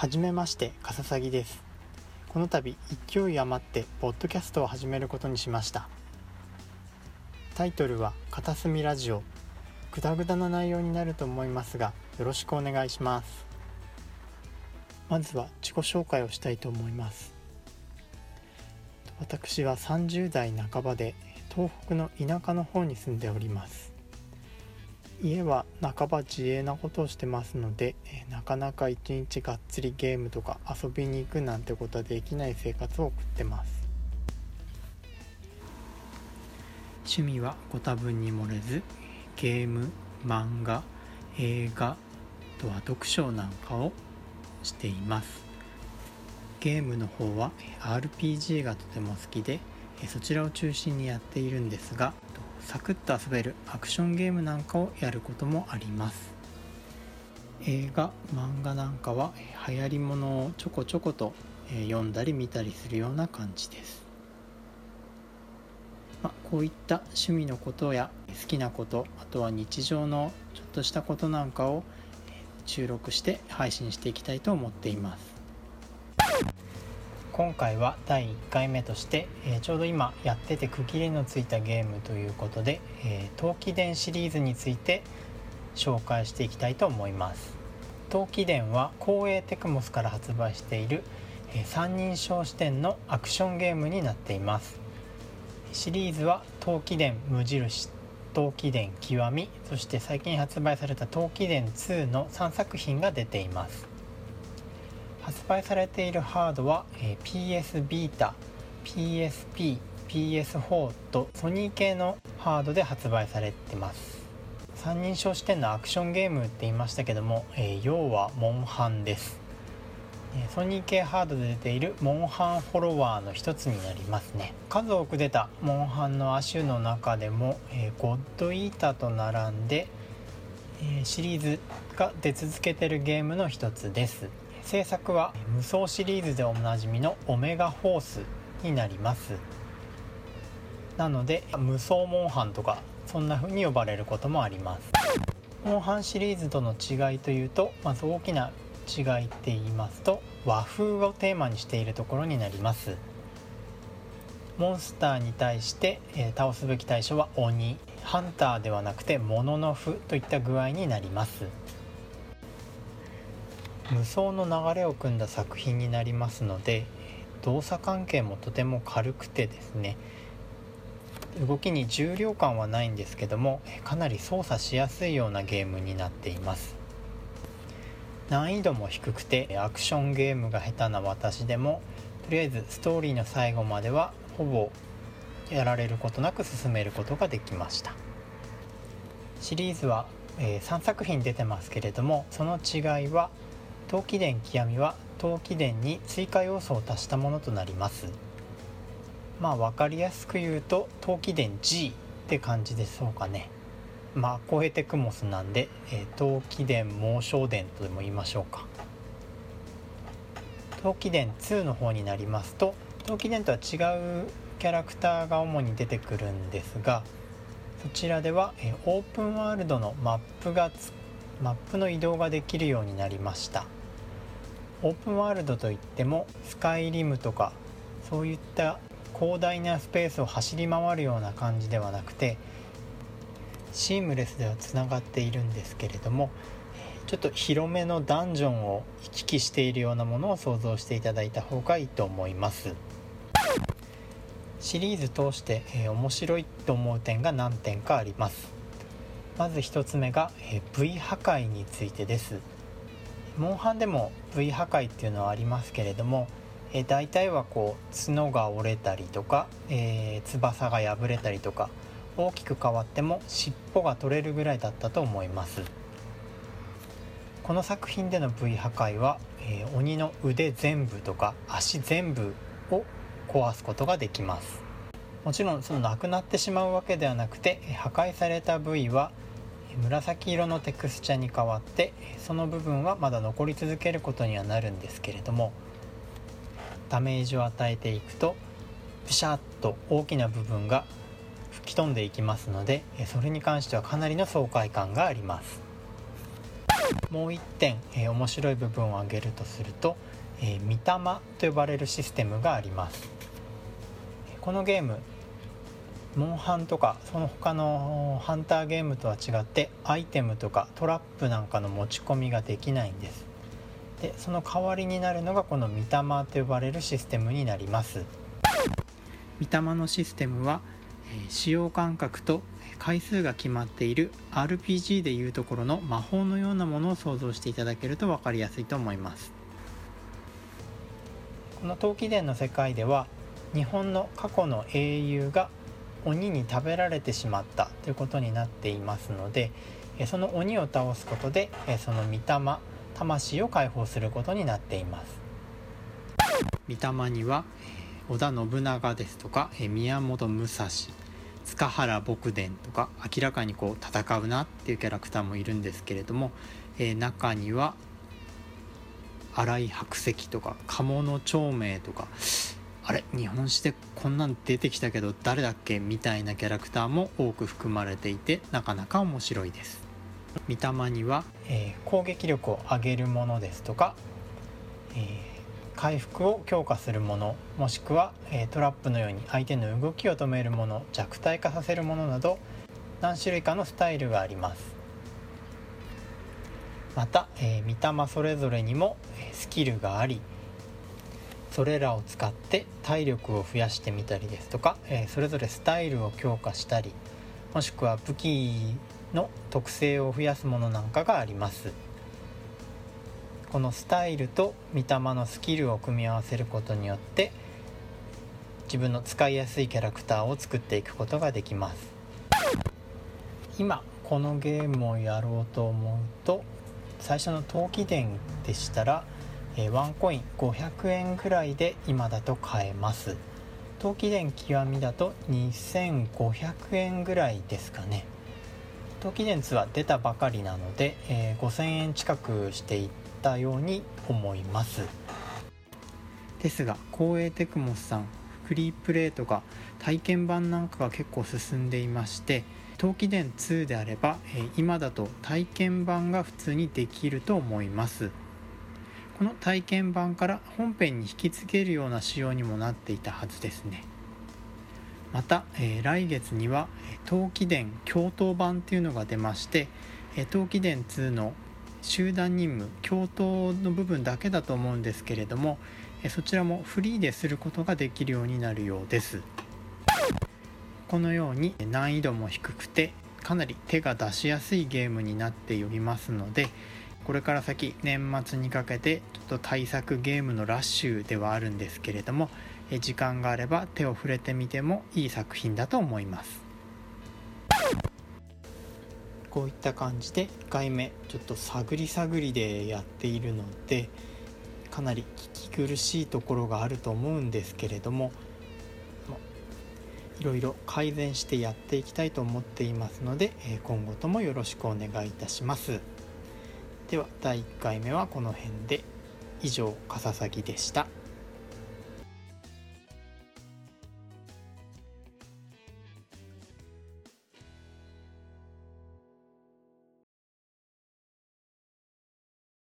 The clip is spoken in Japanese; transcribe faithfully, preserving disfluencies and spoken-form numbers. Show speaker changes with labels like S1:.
S1: はじめまして、かささぎです。この度勢い余ってポッドキャストを始めることにしました。タイトルは片隅ラジオ。グダグダな内容になると思いますが、よろしくお願いします。まずは自己紹介をしたいと思います。私はさんじゅうだいなかばで東北の田舎の方に住んでおります。家は半ば自営なことをしてますので、なかなか一日がっつりゲームとか遊びに行くなんてことはできない生活を送ってます。趣味はご多分に漏れずゲーム、漫画、映画、あとは読書なんかをしています。ゲームの方は アールピージー がとても好きで、そちらを中心にやっているんですが、サクッと遊べるアクションゲームなんかをやることもあります。映画、漫画なんかは流行りものをちょこちょこと読んだり見たりするような感じです。まあ、こういった趣味のことや好きなこと、あとは日常のちょっとしたことなんかを収録して配信していきたいと思っています。今回はだいいっかいめとして、えー、ちょうど今やってて区切りのついたゲームということで、えー、陶器伝シリーズについて紹介していきたいと思います。陶器伝は光栄テクモスから発売している、えー、三人称視点のアクションゲームになっています。シリーズは陶器伝無印、陶器伝極み、そして最近発売された陶器伝にのさんさく品が出ています。発売されているハードは、えー、ピーエス ビータ、ピーエスピー、ピーエスフォー とソニー系のハードで発売されています。三人称視点のアクションゲームって言いましたけども、えー、要はモンハンです。えー、ソニー系ハードで出ているモンハンフォロワーの一つになりますね。数多く出たモンハンの亜種の中でも、えー、ゴッドイーターと並んで、えー、シリーズが出続けているゲームの一つです。制作は無双シリーズでおなじみのオメガフォースになります。なので無双モンハンとかそんな風に呼ばれることもあります。モンハンシリーズとの違いというと、まず大きな違いって言いますと、和風をテーマにしているところになります。モンスターに対して、えー、倒すべき対象は鬼、ハンターではなくてモノノフといった具合になります。無双の流れを組んだ作品になりますので、動作関係もとても軽くてですね、動きに重量感はないんですけども、かなり操作しやすいようなゲームになっています。難易度も低くて、アクションゲームが下手な私でもとりあえずストーリーの最後まではほぼやられることなく進めることができました。シリーズは、えー、さんさく品出てますけれども、その違いは陶器伝極みは陶器伝に追加要素を足したものとなります。まあ分かりやすく言うと陶器伝 G って感じでしょうかね。まあ光栄テクモスなんで、えー、陶器伝猛将伝とでも言いましょうか。陶器伝にの方になりますと、陶器伝とは違うキャラクターが主に出てくるんですが、そちらでは、えー、オープンワールドのマップがつマップの移動ができるようになりました。オープンワールドといってもスカイリムとかそういった広大なスペースを走り回るような感じではなくて、シームレスではつながっているんですけれども、ちょっと広めのダンジョンを行き来しているようなものを想像していただいた方がいいと思います。シリーズ通して、えー、面白いと思う点が何点かあります。まず一つ目が、えー、V 破壊についてです。モンハンでも V 破壊っていうのはありますけれども、えー、大体はこう角が折れたりとか、えー、翼が破れたりとか、大きく変わっても尻尾が取れるぐらいだったと思います。この作品での V 破壊は、えー、鬼の腕全部とか足全部を壊すことができます。もちろんそのなくなってしまうわけではなくて、破壊された部位は紫色のテクスチャに変わって、その部分はまだ残り続けることにはなるんですけれども、ダメージを与えていくとプシャッと大きな部分が吹き飛んでいきますので、それに関してはかなりの爽快感があります。 もう一点、えー、面白い部分を挙げるとすると、えー、みたまと呼ばれるシステムがあります。このゲーム、モンハンとかその他のハンターゲームとは違ってアイテムとかトラップなんかの持ち込みができないんです。でその代わりになるのがこのみたまと呼ばれるシステムになります。みたまのシステムは、えー、使用感覚と回数が決まっている アールピージー でいうところの魔法のようなものを想像していただけると分かりやすいと思います。この陶器伝の世界では日本の過去の英雄が鬼に食べられてしまったということになっていますので、その鬼を倒すことでその御霊、魂を解放することになっています。御霊には織田信長ですとか宮本武蔵、塚原卜伝とか明らかにこう戦うなっていうキャラクターもいるんですけれども、中には新井白石とか鴨の長明とか、あれ日本史でこんなん出てきたけど誰だっけみたいなキャラクターも多く含まれていて、なかなか面白いです。御霊には、えー、攻撃力を上げるものですとか、えー、回復を強化するもの、もしくは、えー、トラップのように相手の動きを止めるもの、弱体化させるものなど何種類かのスタイルがあります。また、えー、御霊それぞれにも、えー、スキルがあり、それらを使って体力を増やしてみたりですとか、えー、それぞれスタイルを強化したり、もしくは武器の特性を増やすものなんかがあります。このスタイルと御霊のスキルを組み合わせることによって自分の使いやすいキャラクターを作っていくことができます。今このゲームをやろうと思うと、最初の陶器伝でしたらワンコインごひゃくえんぐらいで今だと買えます。陶器伝極みだとにせんごひゃくえんぐらいですかね。陶器伝ツは出たばかりなので、えー、ごせんえん近くしていったように思います。ですが光栄テクモスさん、フリープレイとか体験版なんかが結構進んでいまして、陶器伝ツであれば、えー、今だと体験版が普通にできると思います。この体験版から本編に引き継げるような仕様にもなっていたはずですね。また、えー、来月には陶器伝共闘版っていうのが出まして、陶器伝ツの集団任務共闘の部分だけだと思うんですけれども、そちらもフリーですることができるようになるようです。このように難易度も低くてかなり手が出しやすいゲームになっておりますので、これから先年末にかけてちょっと対策ゲームのラッシュではあるんですけれども、時間があれば手を触れてみてもいい作品だと思います。こういった感じでいっかいめちょっと探り探りでやっているので、かなり聞き苦しいところがあると思うんですけれども、いろいろ改善してやっていきたいと思っていますので、今後ともよろしくお願いいたします。ではだいいっかいめはこの辺で。以上、かささぎでした。